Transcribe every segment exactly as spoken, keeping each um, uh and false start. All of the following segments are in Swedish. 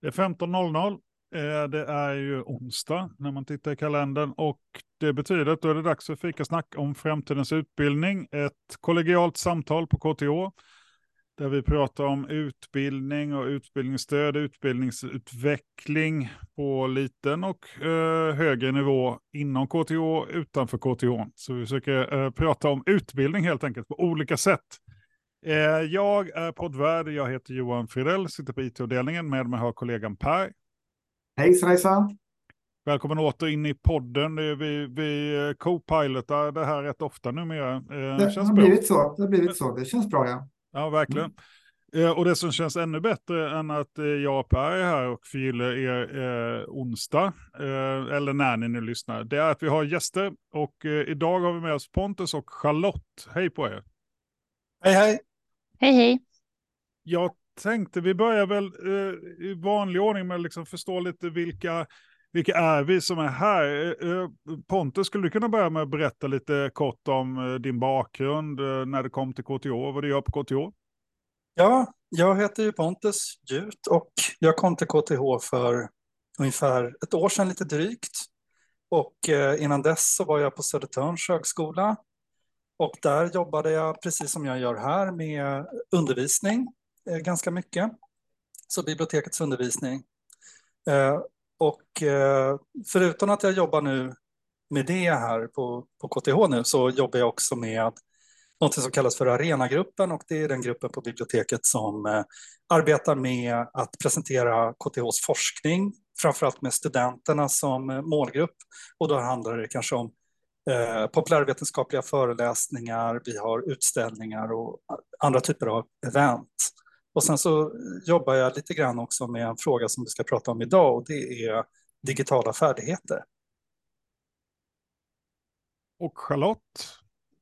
Det är femton noll noll. Eh, Det är ju onsdag när man tittar i kalendern och det betyder att då är det dags för fikasnack om framtidens utbildning. Ett kollegialt samtal på K T H där vi pratar om utbildning och utbildningsstöd, utbildningsutveckling på liten och eh, högre nivå inom K T H, utanför K T H. Så vi försöker eh, prata om utbildning helt enkelt på olika sätt. Eh, jag är poddvärd, jag heter Johan Fridell, sitter på I T-avdelningen, med mig har kollegan Per. Hejsan, hejsan. Välkommen åter in i podden. Det är vi, vi co-pilotar det här rätt ofta numera. Eh, Det känns har bra. blivit så. Det har blivit så. Det känns bra, ja. Ja, verkligen. Mm. Eh, och det som känns ännu bättre än att eh, jag och Per är här och förgyller er eh, onsdag, eh, eller när ni nu lyssnar, det är att vi har gäster. Och eh, idag har vi med oss Pontus och Charlotte. Hej på er. Hej, hej. Hej, hej. Jag tänkte vi börjar väl eh, i vanlig ordning med att liksom förstå lite vilka, vilka är vi som är här. Eh, Pontus, skulle du kunna börja med att berätta lite kort om eh, din bakgrund eh, när du kom till K T H, vad du gör på K T H? Ja, jag heter ju Pontus Djut och jag kom till K T H för ungefär ett år sedan lite drygt. Och eh, innan dess så var jag på Södertörns högskola och där jobbade jag precis som jag gör här med undervisning eh, ganska mycket. Så bibliotekets undervisning. Eh, och eh, förutom att jag jobbar nu med det här på, på K T H nu så jobbar jag också med något som kallas för Arenagruppen, och det är den gruppen på biblioteket som eh, arbetar med att presentera K T Hs forskning, framförallt med studenterna som eh, målgrupp. Och då handlar det kanske om eh, populärvetenskapliga föreläsningar, vi har utställningar och andra typer av event. Och sen så jobbar jag lite grann också med en fråga som vi ska prata om idag, och det är digitala färdigheter. Och Charlotte?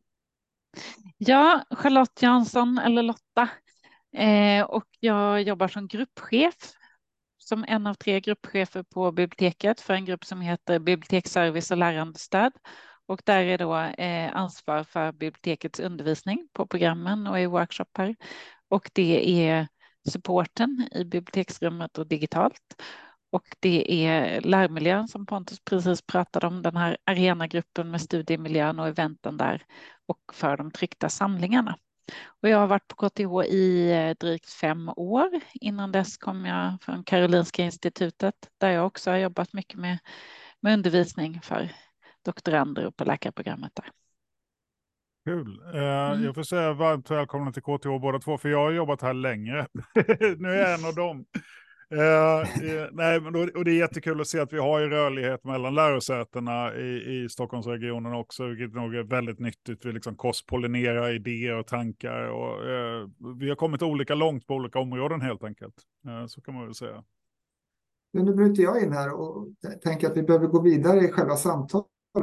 Ja, Charlotte Jansson eller Lotta. Eh, och jag jobbar som gruppchef, som en av tre gruppchefer på biblioteket för en grupp som heter Biblioteksservice och lärandestöd. Och där är då eh, ansvar för bibliotekets undervisning på programmen och i workshoppar. Och det är supporten i biblioteksrummet och digitalt. Och det är lärmiljön som Pontus precis pratade om, den här arenagruppen med studiemiljön och eventen där och för de tryckta samlingarna. Och jag har varit på K T H i drygt fem år. Innan dess kom jag från Karolinska institutet där jag också har jobbat mycket med, med undervisning för doktorander och på läkarprogrammet där. Kul. Eh, Mm. Jag får säga varmt välkomna till K T H båda två, för jag har jobbat här längre. Nu är jag en av dem. Eh, eh, nej, men då, och det är jättekul att se att vi har ju rörlighet mellan lärosätena i, i Stockholmsregionen också, vilket nog är väldigt nyttigt. Vi liksom korspollinerar idéer och tankar och eh, vi har kommit olika långt på olika områden helt enkelt. Eh, så kan man väl säga. Men nu bryter jag in här och tänker att vi behöver gå vidare i själva samtalet.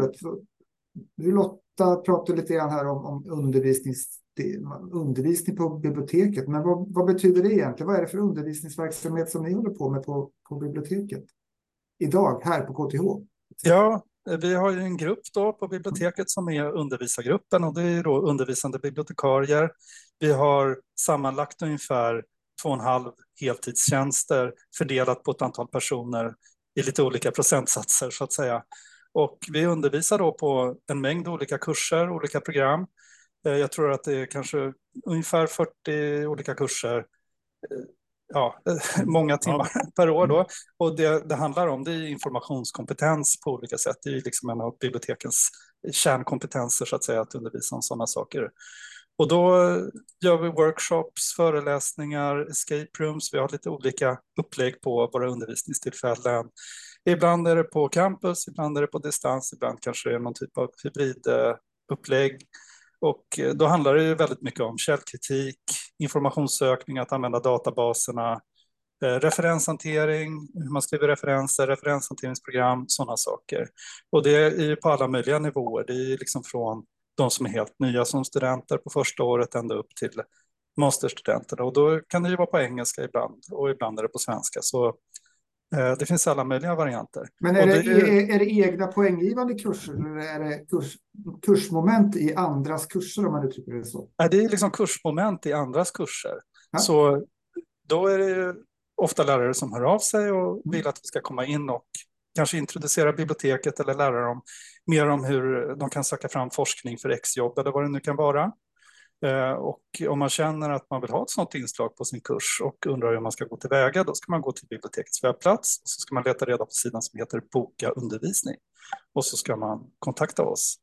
Nu Lotta pratade lite grann här om, om undervisnings, undervisning på biblioteket. Men vad, vad betyder det egentligen? Vad är det för undervisningsverksamhet som ni håller på med på, på biblioteket idag här på K T H? Ja, vi har ju en grupp då på biblioteket som är undervisargruppen, och det är då undervisande bibliotekarier. Vi har sammanlagt ungefär två och en halv heltidstjänster fördelat på ett antal personer i lite olika procentsatser så att säga. Och vi undervisar då på en mängd olika kurser, olika program. Jag tror att det är kanske ungefär fyrtio olika kurser, ja, många timmar ja. per år då. Och det, det handlar om det är informationskompetens på olika sätt. Det är liksom en av bibliotekens kärnkompetenser så att säga, att undervisa om sådana saker. Och då gör vi workshops, föreläsningar, escape rooms. Vi har lite olika upplägg på våra undervisningstillfällen. Ibland är det på campus, ibland är det på distans, ibland kanske det är någon typ av hybridupplägg. Och då handlar det ju väldigt mycket om källkritik, informationssökning, att använda databaserna, eh, referenshantering, hur man skriver referenser, referenshanteringsprogram, sådana saker. Och det är ju på alla möjliga nivåer. Det är liksom från de som är helt nya som studenter på första året ända upp till masterstudenterna. Och då kan det ju vara på engelska ibland och ibland är det på svenska. Så eh, det finns alla möjliga varianter. Men är det, det är, är, är det egna poänggivande kurser eller är det kurs, kursmoment i andras kurser om man uttrycker det så? Det är liksom kursmoment i andras kurser. Ja. Så då är det ju ofta lärare som hör av sig och vill att vi ska komma in och kanske introducera biblioteket eller lära dem mer om hur de kan söka fram forskning för exjobb eller vad det nu kan vara. Och om man känner att man vill ha ett sådant inslag på sin kurs och undrar hur man ska gå tillväga, då ska man gå till bibliotekets webbplats och så ska man leta reda på sidan som heter Boka undervisning och så ska man kontakta oss.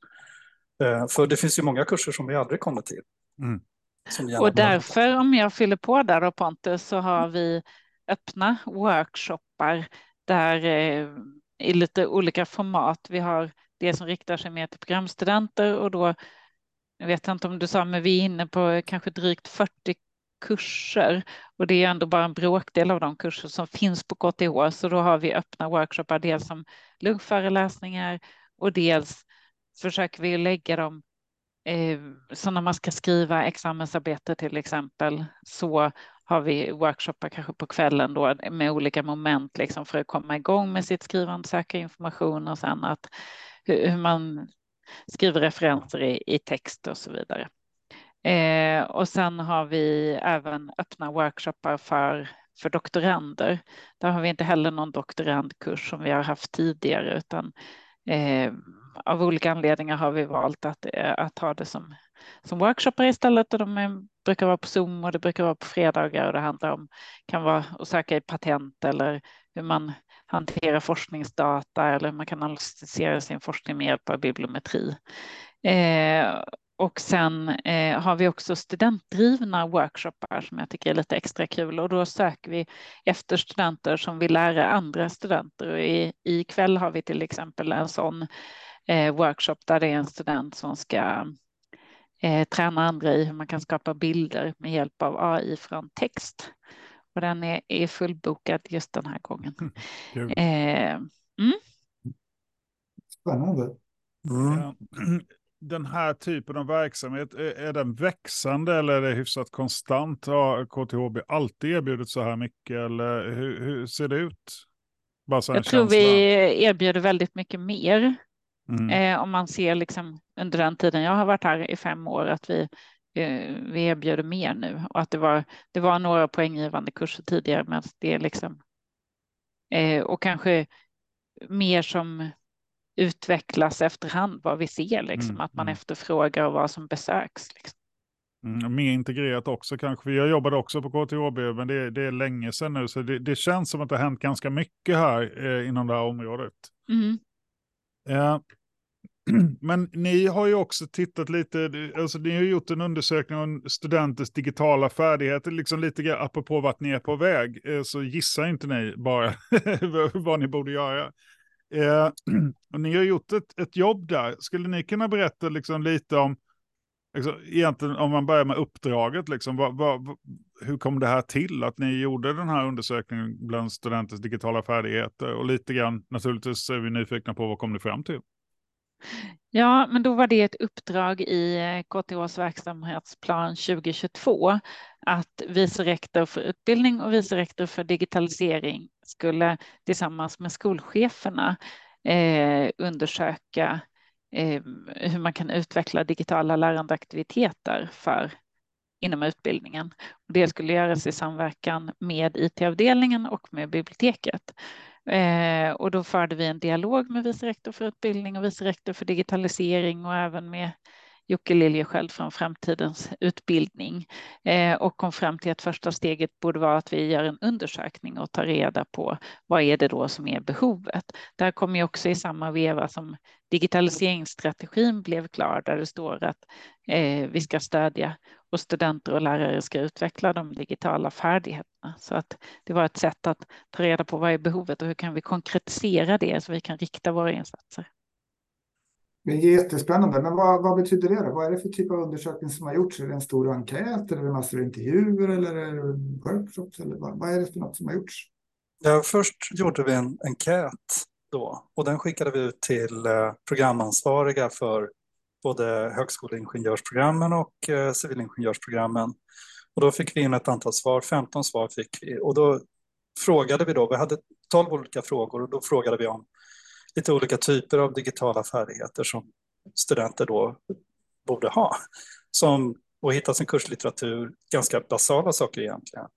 För det finns ju många kurser som vi aldrig kommer till. Mm. Och därför, om jag fyller på där då, Pontus, så har vi öppna workshoppar där eh, i lite olika format. Vi har det som riktar sig mer till programstudenter och då, jag vet inte om du sa, men vi är inne på kanske drygt fyrtio kurser och det är ändå bara en bråkdel av de kurser som finns på K T H. Så då har vi öppna workshoppar, dels som lunchföreläsningar och dels försöker vi lägga dem eh, så när man ska skriva examensarbete till exempel, så har vi workshoppar kanske på kvällen då med olika moment liksom för att komma igång med sitt skrivande, söka information och sen att hur, hur man skriver referenser i, i text och så vidare. Eh, och sen har vi även öppna workshoppar för, för doktorander. Där har vi inte heller någon doktorandkurs som vi har haft tidigare, utan eh, av olika anledningar har vi valt att, att ha det som, som workshoppar istället. Och de är, brukar vara på Zoom och det brukar vara på fredagar och det handlar om, kan vara att söka i patent eller hur man hanterar forskningsdata eller hur man kan analysera sin forskning med hjälp av bibliometri. Eh, och sen eh, har vi också studentdrivna workshoppar som jag tycker är lite extra kul och då söker vi efter studenter som vill lära andra studenter. Och i, i kväll har vi till exempel en sån eh, workshop där det är en student som ska eh, träna andra i hur man kan skapa bilder med hjälp av A I från text. Och den är, är fullbokad just den här gången. Mm. Eh, mm. Spännande. Mm. Den här typen av verksamhet, är, är den växande eller är det hyfsat konstant? Har K T H B alltid erbjudit så här mycket eller hur, hur ser det ut? Bara så en Jag tror känsla. vi erbjuder väldigt mycket mer. Mm. Eh, om man ser liksom under den tiden jag har varit här i fem år att vi, eh, vi erbjuder mer nu. Och att det var, det var några poänggivande kurser tidigare, men det är liksom eh, och kanske mer som utvecklas efterhand vad vi ser, liksom, Mm, att man mm. efterfrågar och vad som besöks. Liksom. Mm, mer integrerat också kanske. Jag jobbade också på K T H B, men det, det är länge sedan nu. Så det, det känns som att det har hänt ganska mycket här eh, inom det här området. Mm. Eh, men ni har ju också tittat lite, alltså ni har gjort en undersökning om studenters digitala färdigheter, liksom lite grann apropå vart ni är på väg. Eh, så gissar inte ni bara vad ni borde göra. Eh, och ni har gjort ett, ett jobb där. Skulle ni kunna berätta liksom lite om, liksom, egentligen om man börjar med uppdraget, liksom, vad, vad, hur kom det här till att ni gjorde den här undersökningen bland studenters digitala färdigheter? Och lite grann, naturligtvis är vi nyfikna på vad kom ni fram till? Ja, men då var det ett uppdrag i K T H:s verksamhetsplan tjugo tjugotvå att vice rektor för utbildning och vice rektor för digitalisering skulle tillsammans med skolcheferna eh, undersöka eh, hur man kan utveckla digitala lärandeaktiviteter för inom utbildningen. Och det skulle göras i samverkan med I T-avdelningen och med biblioteket. Eh, och då förde vi en dialog med vice rektor för utbildning och vice rektor för digitalisering och även med Jocke Liljeskjöld från Framtidens utbildning eh, och kom fram till att första steget borde vara att vi gör en undersökning och tar reda på vad är det då som är behovet. Där kommer ju också i samma veva som digitaliseringsstrategin blev klar där det står att eh, vi ska stödja och studenter och lärare ska utveckla de digitala färdigheterna. Så att det var ett sätt att ta reda på vad är behovet och hur kan vi konkretisera det så vi kan rikta våra insatser. Det är jättespännande, men vad, vad betyder det då? Vad är det för typ av undersökning som har gjorts? Är det en stor enkät eller är det massor av intervjuer eller är det workshops? Eller vad, vad är det för något som har gjorts? Ja, först gjorde vi en enkät då och den skickade vi ut till programansvariga för både högskoleingenjörsprogrammen och eh, civilingenjörsprogrammen. Och då fick vi in ett antal svar, femton svar fick vi. Och då frågade vi då, vi hade tolv olika frågor och då frågade vi om lite olika typer av digitala färdigheter som studenter då borde ha. Som att hitta sin kurslitteratur, ganska basala saker egentligen.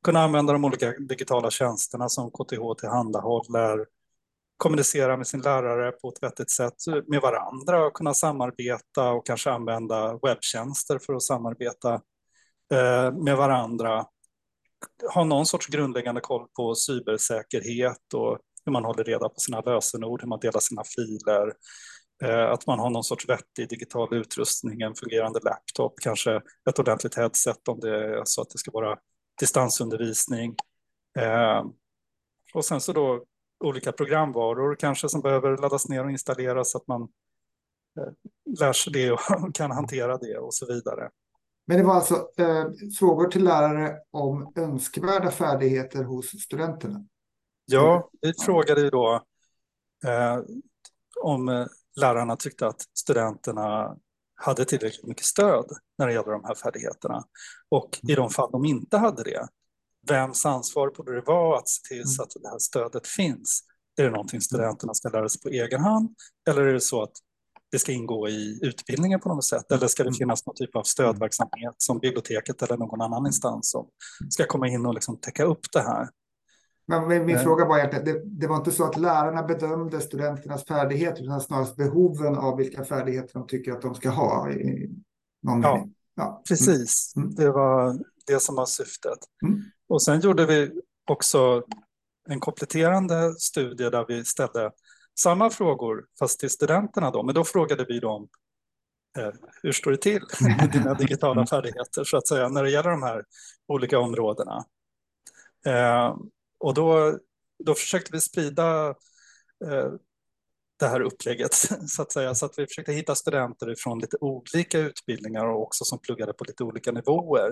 kunna använda de olika digitala tjänsterna som K T H tillhandahåller, kommunicera med sin lärare på ett vettigt sätt med varandra och kunna samarbeta och kanske använda webbtjänster för att samarbeta eh, med varandra. Ha någon sorts grundläggande koll på cybersäkerhet och hur man håller reda på sina lösenord, hur man delar sina filer. Eh, att man har någon sorts vettig digital utrustning, en fungerande laptop, kanske ett ordentligt headset om det är så att det ska vara distansundervisning. Eh, och sen så då olika programvaror kanske som behöver laddas ner och installeras så att man eh, lär sig det och kan hantera det och så vidare. Men det var alltså eh, frågor till lärare om önskvärda färdigheter hos studenterna? Ja, vi frågade ju då eh, om lärarna tyckte att studenterna hade tillräckligt mycket stöd när det gäller de här färdigheterna. Och i de fall de inte hade det, vems ansvar borde det vara att se till så att det här stödet finns? Är det någonting studenterna ska lära sig på egen hand? Eller är det så att det ska ingå i utbildningen på något sätt? Eller ska det finnas någon typ av stödverksamhet som biblioteket eller någon annan instans som ska komma in och liksom täcka upp det här? Men min, min fråga var egentligen, det, det var inte så att lärarna bedömde studenternas färdigheter utan snarast behoven av vilka färdigheter de tycker att de ska ha i någon ja, mening. Ja, precis. Mm. Det var det som var syftet. Mm. Och sen gjorde vi också en kompletterande studie där vi ställde samma frågor fast till studenterna då. Men då frågade vi dem eh, hur står det till med dina digitala färdigheter så att säga när det gäller de här olika områdena. Eh, och då, då försökte vi sprida eh, det här upplägget så att säga. Så att vi försökte hitta studenter från lite olika utbildningar och också som pluggade på lite olika nivåer.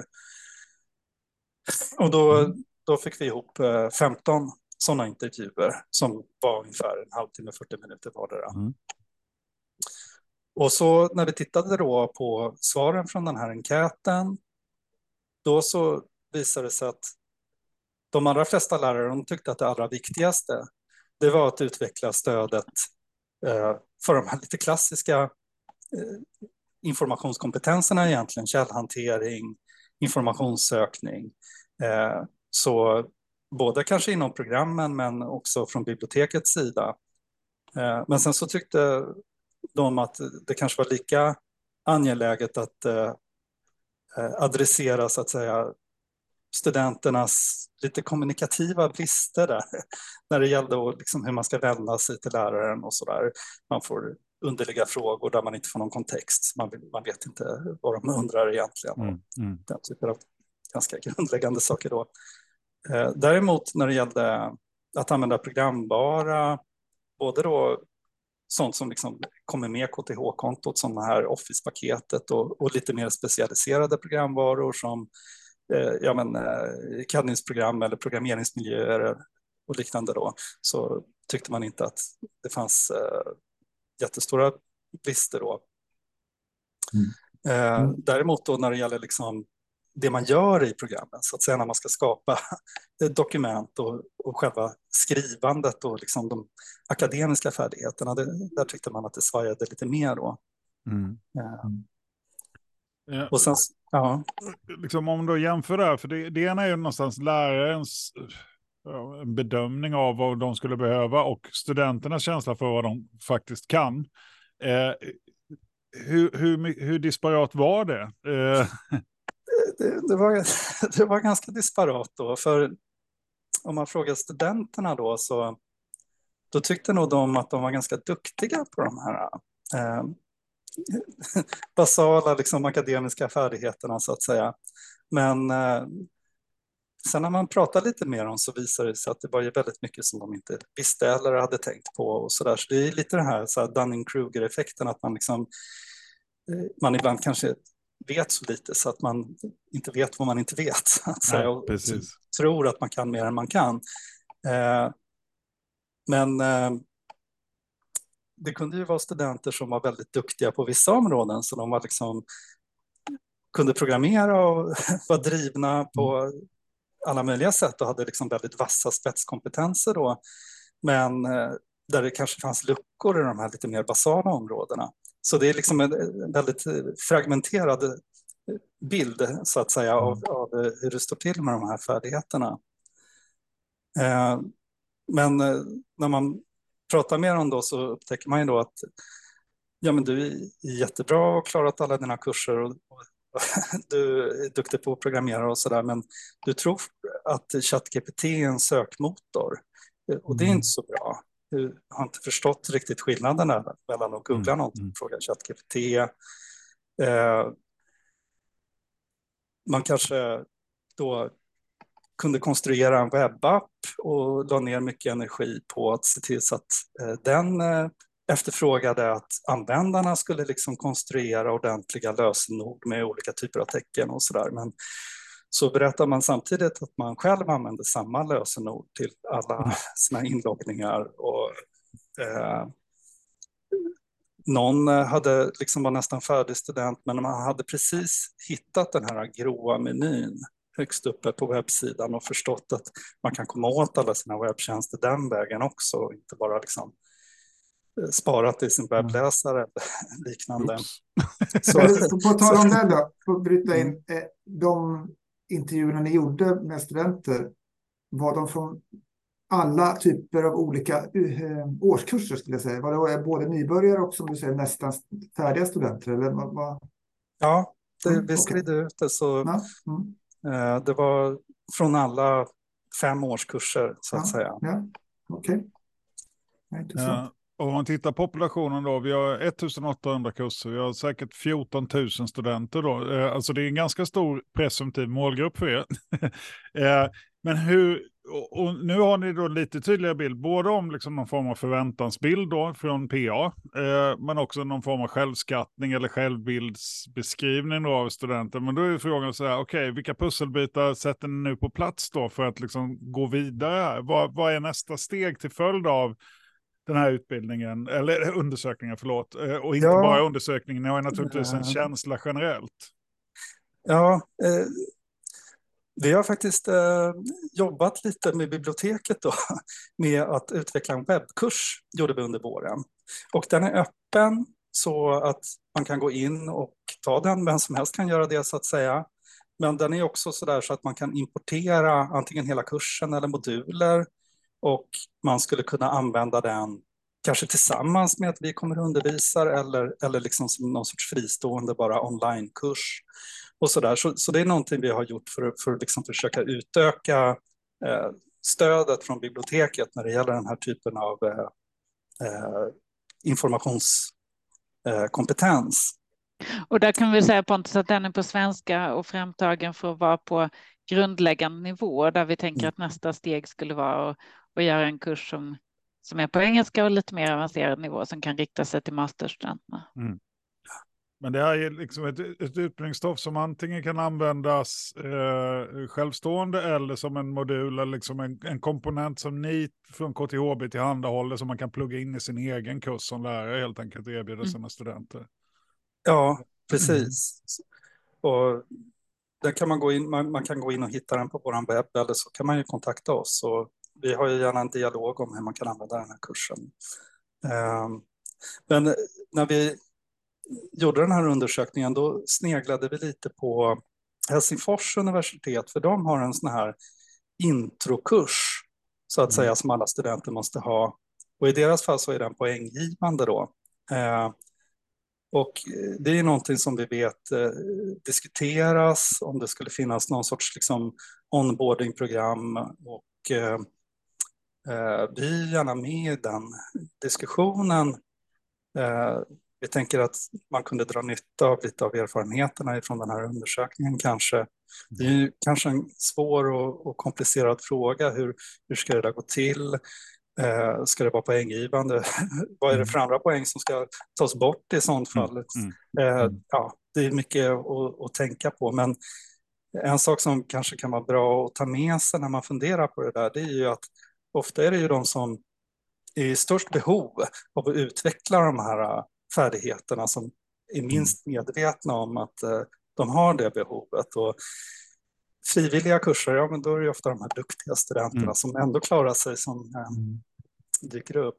Och då, då fick vi ihop femton sådana intervjuer som var ungefär en halvtimme, fyrtio minuter vardera. Mm. Och så när vi tittade då på svaren från den här enkäten, då så visade det sig att de allra flesta lärare de tyckte att det allra viktigaste det var att utveckla stödet eh, för de här lite klassiska eh, informationskompetenserna egentligen, källhantering, informationssökning. Eh, så både kanske inom programmen men också från bibliotekets sida. Eh, men sen så tyckte de att det kanske var lika angeläget att eh, adressera så att säga studenternas lite kommunikativa brister där när det gällde liksom hur man ska vända sig till läraren och så där. Man får underliga frågor där man inte får någon kontext. Man, man vet inte vad de undrar egentligen. Mm, mm. Den typen av ganska grundläggande saker då. Eh, däremot när det gällde att använda programvara, både då sånt som liksom kommer med K T H-kontot som det här Office-paketet och, och lite mer specialiserade programvaror som eh, ja, men, eh, C A D N-program eller programmeringsmiljöer och liknande då, så tyckte man inte att det fanns eh, jättestora brister då. Mm. Eh, mm. Däremot då när det gäller liksom det man gör i programmen, så att säga när man ska skapa dokument och, och själva skrivandet och liksom de akademiska färdigheterna, det, där tyckte man att det svajade lite mer då. Mm. Ja. Och sen, ja. Liksom om du jämför där, för det, det ena är ju någonstans lärarens ja, en bedömning av vad de skulle behöva och studenternas känsla för vad de faktiskt kan. Eh, hur, hur, hur disparat var det? Eh. Det, det, var, det var ganska disparat då, för om man frågar studenterna då så då tyckte nog de att de var ganska duktiga på de här eh, basala liksom, akademiska färdigheterna så att säga. Men eh, sen när man pratar lite mer om så visar det sig att det var ju väldigt mycket som de inte visste eller hade tänkt på och så där. Så det är lite det här, så här Dunning-Kruger-effekten att man liksom eh, man ibland kanske vet så lite så att man inte vet vad man inte vet. Alltså, Nej, och precis. tror att man kan mer än man kan. Eh, men eh, det kunde ju vara studenter som var väldigt duktiga på vissa områden så de var liksom, kunde programmera och var drivna på alla möjliga sätt och hade liksom väldigt vassa spetskompetenser då. Men eh, där det kanske fanns luckor i de här lite mer basala områdena. Så det är liksom en väldigt fragmenterad bild så att säga av, av hur det står till med de här färdigheterna. Eh, men eh, när man pratar med dem då så upptäcker man ju då att ja, men du är jättebra och har klarat alla dina kurser och, och du är duktig på att programmera och sådär, men du tror att ChatGPT är en sökmotor och det är inte så bra. Du har inte förstått riktigt skillnaden mellan att googla mm. någonting och fråga ChatGPT. Eh, man kanske då kunde konstruera en webbapp och la ner mycket energi på att se till så att eh, den eh, efterfrågade att användarna skulle liksom konstruera ordentliga lösenord med olika typer av tecken och sådär. Men så berättar man samtidigt att man själv använder samma lösenord till alla sina inloggningar. Och, eh, någon hade liksom var nästan färdig student, men man hade precis hittat den här gråa menyn högst uppe på webbsidan och förstått att man kan komma åt alla sina webbtjänster den vägen också, och inte bara liksom sparat i sin webbläsare eller liknande. Så, på tal om det då, för att bryta in, de intervjuerna ni gjorde med studenter, var de från alla typer av olika årskurser skulle jag säga? Var det både nybörjare och som du säger nästan färdiga studenter? Eller vad? Ja, det, mm, vi spridde okay. ut det så ja, mm. eh, det var från alla fem årskurser så att ja, säga. Ja, okej. Okay. Intressant. Om man tittar på populationen då, vi har ettusen åttahundra kurser, vi har säkert fjorton tusen studenter då. Alltså det är en ganska stor presumtiv målgrupp för er. Men hur, och nu har ni då lite tydligare bild, både om liksom någon form av förväntansbild då från P A, men också någon form av självskattning eller självbildsbeskrivning då av studenter. Men då är frågan så här, okej, okay, vilka pusselbitar sätter ni nu på plats då för att liksom gå vidare här? Vad, vad är nästa steg till följd av den här utbildningen, eller undersökningen, förlåt. Och inte ja. bara undersökningen, ni har naturligtvis en känsla generellt. Ja, eh, vi har faktiskt eh, jobbat lite med biblioteket då, med att utveckla en webbkurs, gjorde vi under våren. Och den är öppen så att man kan gå in och ta den, vem som helst kan göra det så att säga. Men den är också så där så att man kan importera antingen hela kursen eller moduler. Och man skulle kunna använda den kanske tillsammans med att vi kommer att undervisa eller, eller liksom som någon sorts fristående bara onlinekurs. Och så, där. Så, så det är någonting vi har gjort för, för att liksom försöka utöka eh, stödet från biblioteket när det gäller den här typen av eh, eh, informationskompetens. Eh, och där kan vi säga, Pontus, att den är på svenska och framtagen för att vara på grundläggande nivå, där vi tänker att nästa steg skulle vara att, att göra en kurs som, som är på engelska och lite mer avancerad nivå som kan rikta sig till masterstudenterna. Mm. Men det här är liksom ett, ett utbildningsstoff som antingen kan användas eh, självstående eller som en modul eller liksom en, en komponent som ni från K T H B tillhandahåller som man kan plugga in i sin egen kurs som lärare helt enkelt erbjuda mm. sina studenter. Ja, precis. Mm. Och där kan man, gå in, man, man kan gå in och hitta den på vår webb eller så kan man ju kontakta oss. Och vi har ju gärna en dialog om hur man kan använda den här kursen. Um, men när vi gjorde den här undersökningen då sneglade vi lite på Helsingfors universitet, för de har en sån här introkurs så att mm. säga som alla studenter måste ha. Och i deras fall så är den poänggivande då. Uh, Och det är någonting som vi vet eh, diskuteras, om det skulle finnas någon sorts liksom, onboardingprogram. Och eh, vi är gärna med i den diskussionen. Eh, vi tänker att man kunde dra nytta av lite av erfarenheterna från den här undersökningen kanske. Det är ju kanske en svår och, och komplicerad fråga. Hur, hur ska det där gå till? Eh, ska det vara poänggivande? Vad är det för andra poäng som ska tas bort i sånt fall? Mm. Mm. Eh, ja, det är mycket att, att tänka på, men en sak som kanske kan vara bra att ta med sig när man funderar på det där, det är ju att ofta är det ju de som är i störst behov av att utveckla de här färdigheterna som är minst medvetna om att eh, de har det behovet. Och frivilliga kurser, ja men då är det ofta de här duktiga studenterna mm. som ändå klarar sig som eh, mm. dyker upp.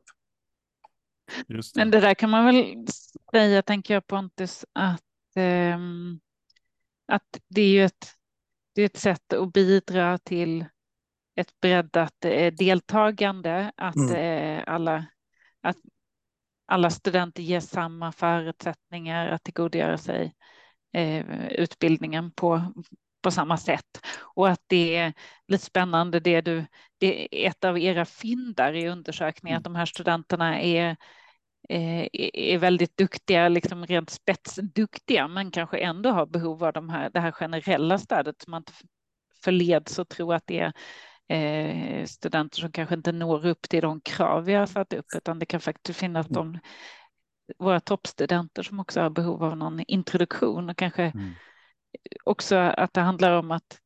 Just det. Men det där kan man väl säga, tänker jag Pontus, att eh, att det är ju ett, det är ett sätt att bidra till ett breddat eh, deltagande, att, Mm. eh, alla, att alla studenter ges samma förutsättningar att tillgodogöra sig eh, utbildningen på, på samma sätt. Och att det är lite spännande, det, du, det är ett av era fyndar i undersökningen, att de här studenterna är, eh, är väldigt duktiga, liksom rent spetsduktiga, men kanske ändå har behov av de här, det här generella stödet, som man inte förleds att tro att det är Eh, studenter som kanske inte når upp till de krav vi har satt upp, utan det kan faktiskt finnas de, våra toppstudenter som också har behov av någon introduktion, och kanske mm. också att det handlar om att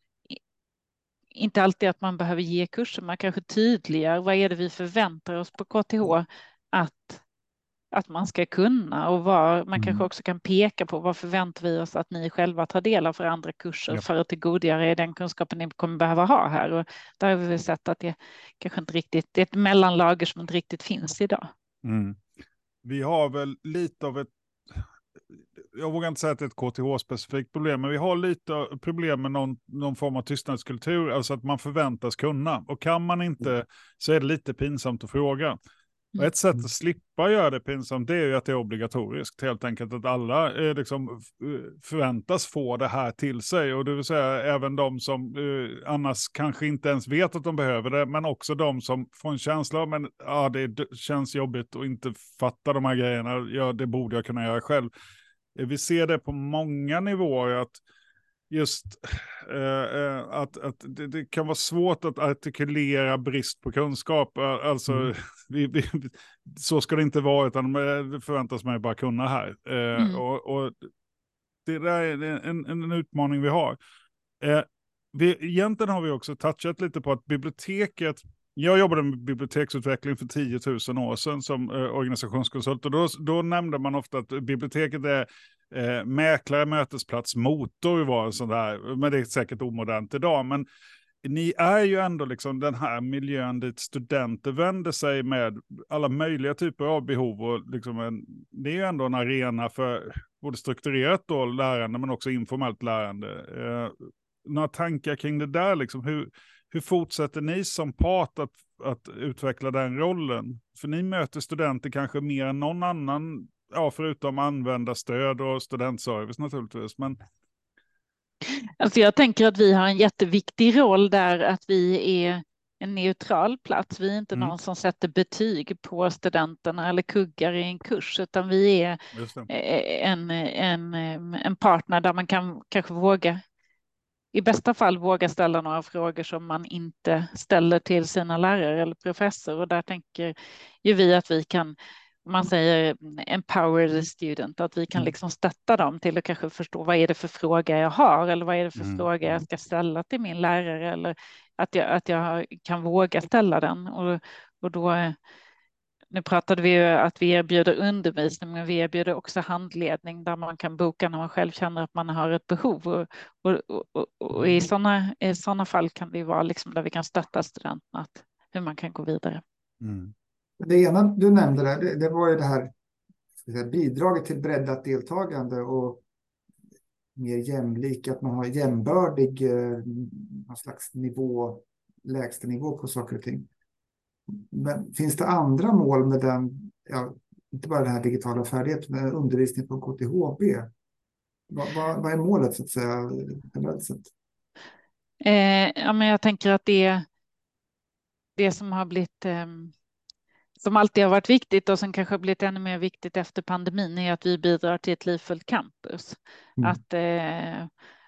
inte alltid att man behöver ge kurser, man kanske tydliggör vad är det vi förväntar oss på K T H att att man ska kunna, och vad, man mm. kanske också kan peka på vad förväntar vi oss att ni själva tar del av för andra kurser, yep. för att tillgodogöra er den kunskapen ni kommer behöva ha här. Och där har vi sett att det kanske inte riktigt, det är ett mellanlager som inte riktigt finns idag. Mm. Vi har väl lite av ett, jag vågar inte säga att det är ett K T H-specifikt problem, men vi har lite problem med någon, någon form av tystnadskultur, alltså att man förväntas kunna. Och kan man inte mm. så är det lite pinsamt att fråga. Och ett sätt att slippa göra det pinsamt, det är ju att det är obligatoriskt. Helt enkelt att alla eh, liksom förväntas få det här till sig. Och det vill säga även de som eh, annars kanske inte ens vet att de behöver det. Men också de som får en känsla av att ja, det känns jobbigt och inte fatta de här grejerna. Ja, det borde jag kunna göra själv. Eh, vi ser det på många nivåer att just eh, att, att det, det kan vara svårt att artikulera brist på kunskap. Alltså, mm. vi, vi, så ska det inte vara, utan det förväntas man bara kunna här. Eh, mm. och, och det där är en, en utmaning vi har. Eh, vi, egentligen har vi också touchat lite på att biblioteket, jag jobbade med biblioteksutveckling för tio tusen år sedan som eh, organisationskonsult, och då, då nämnde man ofta att biblioteket är Eh, mäklare, mötesplats, motor var sån där, men det är säkert omodernt idag, men ni är ju ändå liksom den här miljön dit studenter vänder sig med alla möjliga typer av behov, och liksom en, det är ju ändå en arena för både strukturerat då lärande men också informellt lärande. Eh, några tankar kring det där, liksom, hur, hur fortsätter ni som part att, att utveckla den rollen? För ni möter studenter kanske mer än någon annan. Ja, förutom användarstöd och studentservice naturligtvis. Men... Alltså jag tänker att vi har en jätteviktig roll där, att vi är en neutral plats. Vi är inte mm. någon som sätter betyg på studenterna eller kuggar i en kurs, utan vi är en, en, en partner där man kan kanske våga, i bästa fall våga ställa några frågor som man inte ställer till sina lärare eller professor. Och där tänker ju vi att vi kan, man säger empower the student, att vi kan liksom stötta dem till att kanske förstå vad är det för fråga jag har, eller vad är det för mm. fråga jag ska ställa till min lärare, eller att jag, att jag kan våga ställa den. Och, och då, nu pratade vi ju att vi erbjuder undervisning, men vi erbjuder också handledning där man kan boka när man själv känner att man har ett behov. Och, och, och, och i sådana i sådana fall kan det vara liksom där vi kan stötta studenterna att hur man kan gå vidare. Mm. Det ena du nämnde där, det, det var ju det här säga, bidraget till breddat deltagande och mer jämlik, att man har jämbördig eh, någon slags nivå, lägsta nivå på saker och ting. Men finns det andra mål med den, ja, inte bara den här digitala färdigheten, men undervisning på K T H B? Vad, vad, vad är målet så att säga generellt sett? Eh, ja, men jag tänker att det, det som har blivit eh, som alltid har varit viktigt och som kanske har blivit ännu mer viktigt efter pandemin är att vi bidrar till ett livfullt campus. Mm. Att eh,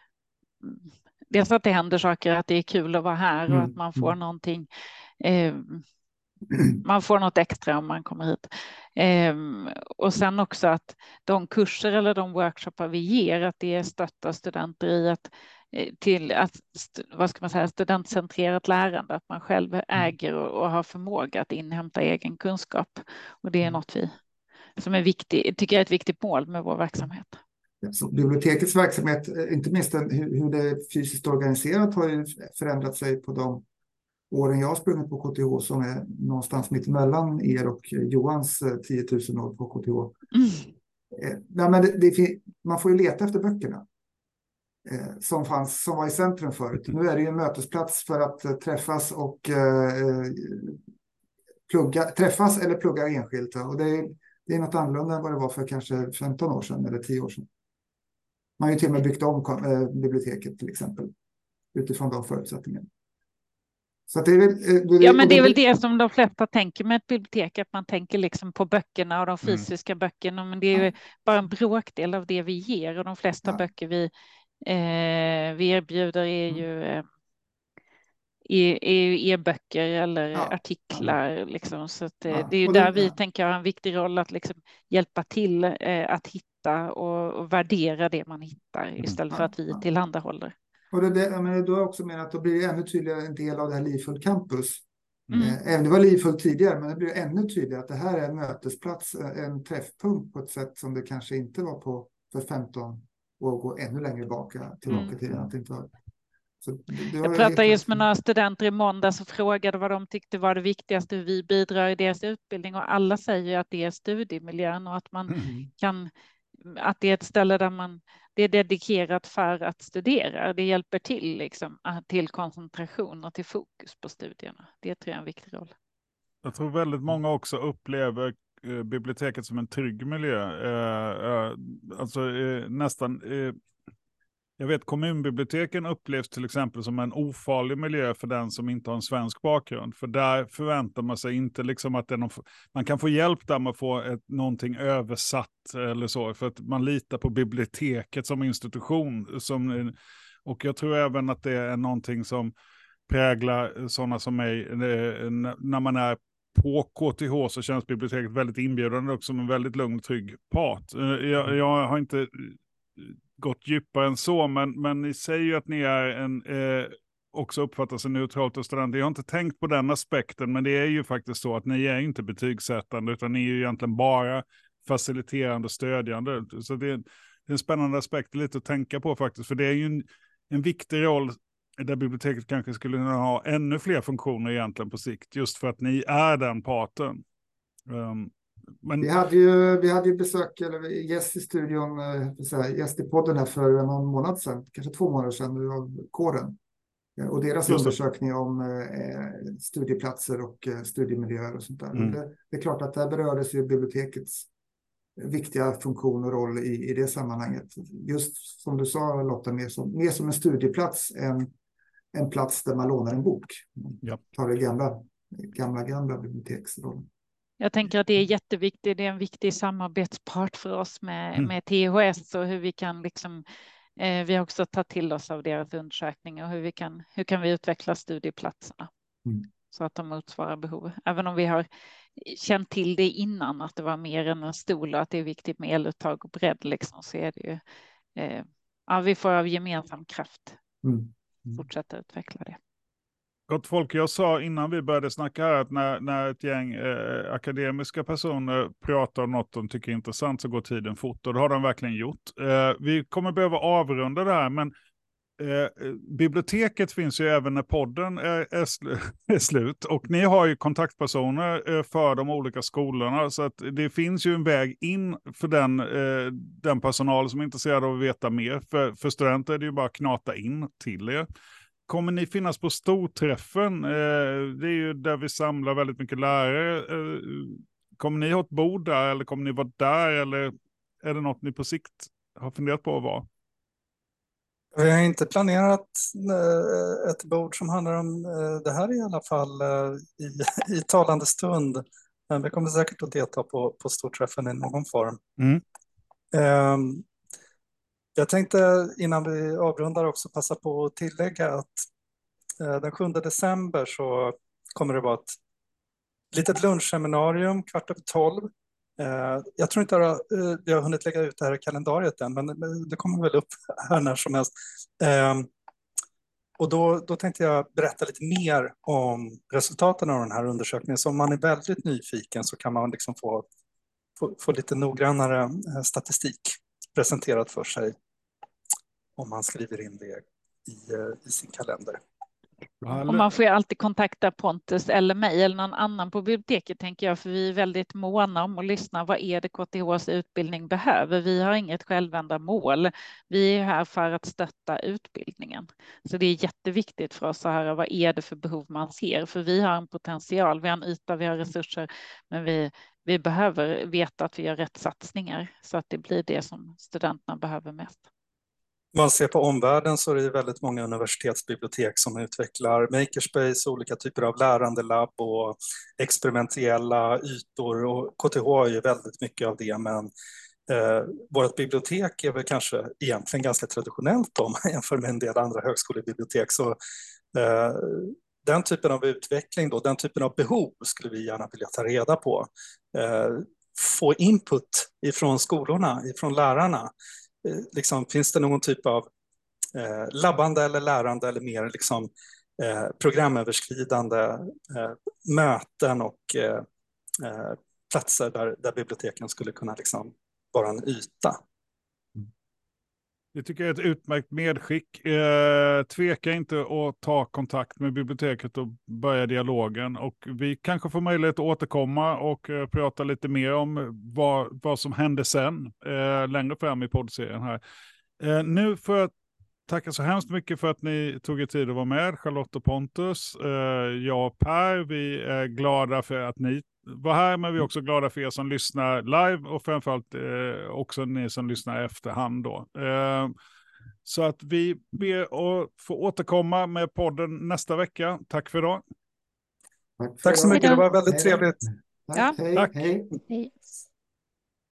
dels att det händer saker, att det är kul att vara här mm. och att man får någonting, eh, man får något extra om man kommer hit. Eh, och sen också att de kurser eller de workshoppar vi ger, att det stöttar studenter i att till att, vad ska man säga, studentcentrerat lärande, att man själv äger och, och har förmåga att inhämta egen kunskap. Och det är något vi som är viktigt, tycker jag är ett viktigt mål med vår verksamhet. Så bibliotekets verksamhet, inte minst den, hur, hur det är fysiskt organiserat, har ju förändrat sig på de åren jag har sprungit på K T H, som är någonstans mitt mellan er och Johans tio tusen år på K T H. Mm. Ja, men det, det, man får ju leta efter böckerna. eh, som fanns, som var i centrum förut. Nu är det ju en mötesplats för att eh, träffas och eh, plugga, träffas eller plugga enskilt. Och det är, det är något annorlunda än vad det var för kanske femton år sedan eller tio år sedan. Man har ju till och med byggt om eh, biblioteket till exempel utifrån de förutsättningarna. Så det är väl, det, ja, men det är väl det som de flesta tänker med ett bibliotek, att man tänker liksom på böckerna och de fysiska mm. böckerna, men det är ju ja. bara en bråkdel av det vi ger, och de flesta ja. böcker vi, eh, vi erbjuder är ju eh, e-böcker eller ja. artiklar. Ja. Liksom. Så att, ja. det är ju det, där vi ja. tänker ha en viktig roll att liksom hjälpa till eh, att hitta och, och värdera det man hittar istället ja. för att vi ja. tillhandahåller. Och det, det, men då är också med att då blir det ännu tydligare en del av det här Livfull Campus. Mm. Även det var livfullt tidigare, men det blir ännu tydligare att det här är en mötesplats, en träffpunkt på ett sätt som det kanske inte var på för femton år och gå ännu längre baka, tillbaka mm. till att det inte var. Så det, det var jag pratade just med några studenter i måndags och frågade vad de tyckte var det viktigaste, hur vi bidrar i deras utbildning, och alla säger att det är studiemiljön och att man mm. kan, att det är ett ställe där man det är dedikerat för att studera. Det hjälper till liksom, till koncentration och till fokus på studierna. Det tror jag är en viktig roll. Jag tror väldigt många också upplever eh, biblioteket som en trygg miljö. Eh, eh, alltså eh, nästan... Eh, jag vet kommunbiblioteken upplevs till exempel som en ofarlig miljö för den som inte har en svensk bakgrund. För där förväntar man sig inte liksom att det är någon, man kan få hjälp där med att få ett, någonting översatt eller så. För att man litar på biblioteket som institution. Som, och jag tror även att det är någonting som präglar sådana som mig. När man är på K T H så känns biblioteket väldigt inbjudande och som en väldigt lugn och trygg part. Jag, jag har inte... gått djupare än så, men, men ni säger ju att ni är en, eh, också uppfattar sig neutralt och studenter. Jag har inte tänkt på den aspekten, men det är ju faktiskt så att ni är inte betygssättande, utan ni är ju egentligen bara faciliterande och stödjande. Så det är, det är en spännande aspekt lite att tänka på faktiskt, för det är ju en, en viktig roll där biblioteket kanske skulle ha ännu fler funktioner egentligen på sikt, just för att ni är den parten. Um, Men... Vi hade ju, vi hade ju besök, eller gäst i studion, äh, gäst i podden här för någon månad sedan, kanske två månader sedan, av kåren. Och deras undersökning om äh, studieplatser och äh, studiemiljöer och sånt där. Mm. Det, det är klart att där berördes ju bibliotekets viktiga funktion och roll i, i det sammanhanget. Just som du sa Lotta, mer som, mer som en studieplats än en plats där man lånar en bok. Ja. Tar det gamla, gamla, gamla biblioteksrollen. Jag tänker att det är jätteviktigt. Det är en viktig samarbetspart för oss med, mm. med T H S och hur vi kan liksom, eh, vi har också tagit till oss av deras undersökningar och hur vi kan, hur kan vi utveckla studieplatserna mm. så att de motsvarar behov. Även om vi har känt till det innan, att det var mer än en stol och att det är viktigt med eluttag och bredd liksom, så är det ju, eh, ja, vi får av gemensam kraft mm. Mm. fortsätta utveckla det. Gott folk, jag sa innan vi började snacka här att när, när ett gäng eh, akademiska personer pratar om något de tycker är intressant så går tiden fort, och det har de verkligen gjort. Eh, vi kommer behöva avrunda det här, men eh, biblioteket finns ju även när podden är, är, sl- är slut, och ni har ju kontaktpersoner eh, för de olika skolorna, så att det finns ju en väg in för den, eh, den personal som är intresserad av att veta mer. För, för studenter är det ju bara att knata in till er. Kommer ni finnas på storträffen? Eh, det är ju där vi samlar väldigt mycket lärare. Eh, kommer ni ha ett bord där, eller kommer ni vara där? Eller är det något ni på sikt har funderat på att vara? Vi har inte planerat eh, ett bord som handlar om eh, det här i alla fall eh, i, i talande stund. Men vi kommer säkert att delta på, på storträffen i någon form. Mm. Eh, Jag tänkte innan vi avrundar också passa på att tillägga att eh, den sjunde december så kommer det vara ett litet lunchseminarium kvart över tolv. Eh, jag tror inte att eh, vi har hunnit lägga ut det här i kalendariet än, men det kommer väl upp här när som helst. Eh, och då, då tänkte jag berätta lite mer om resultaten av den här undersökningen. Så om man är väldigt nyfiken så kan man liksom få, få, få lite noggrannare eh, statistik presenterat för sig om man skriver in det i, i sin kalender. Och man får ju alltid kontakta Pontus eller mig eller någon annan på biblioteket, tänker jag, för vi är väldigt måna om att lyssna. Vad är det K T H:s utbildning behöver? Vi har inget självändamål. Vi är här för att stötta utbildningen. Så det är jätteviktigt för oss att höra vad är det för behov man ser, för vi har en potential, vi har en yta, vi har resurser, men vi, vi behöver veta att vi gör rätt satsningar så att det blir det som studenterna behöver mest. Om man ser på omvärlden så är det väldigt många universitetsbibliotek som utvecklar makerspace, olika typer av lärandelabb och experimentella ytor. Och K T H har ju väldigt mycket av det, men eh, vårt bibliotek är väl kanske egentligen ganska traditionellt om man jämför med en del andra högskolebibliotek. Så eh, den typen av utveckling, då, den typen av behov skulle vi gärna vilja ta reda på. Eh, få input ifrån skolorna, ifrån lärarna. Liksom, finns det någon typ av eh, labbande eller lärande eller mer liksom, eh, programöverskridande eh, möten och eh, eh, platser där, där biblioteken skulle kunna liksom, vara en yta? Det tycker jag är ett utmärkt medskick. Eh, tveka inte att ta kontakt med biblioteket och börja dialogen. Och vi kanske får möjlighet att återkomma och eh, prata lite mer om vad, vad som hände sen eh, längre fram i poddserien här. Eh, nu får jag tacka så hemskt mycket för att ni tog er tid att vara med, Charlotte och Pontus. Eh, jag och Per, vi är glada för att ni var här, men vi är också glada för er som lyssnar live och framförallt eh, också ni som lyssnar i efterhand då. Eh, så att vi ber att få återkomma med podden nästa vecka. Tack för idag. Tack, för Tack så idag. mycket, det var väldigt Hej trevligt. Tack, Ja. hej, Tack. hej. Hej.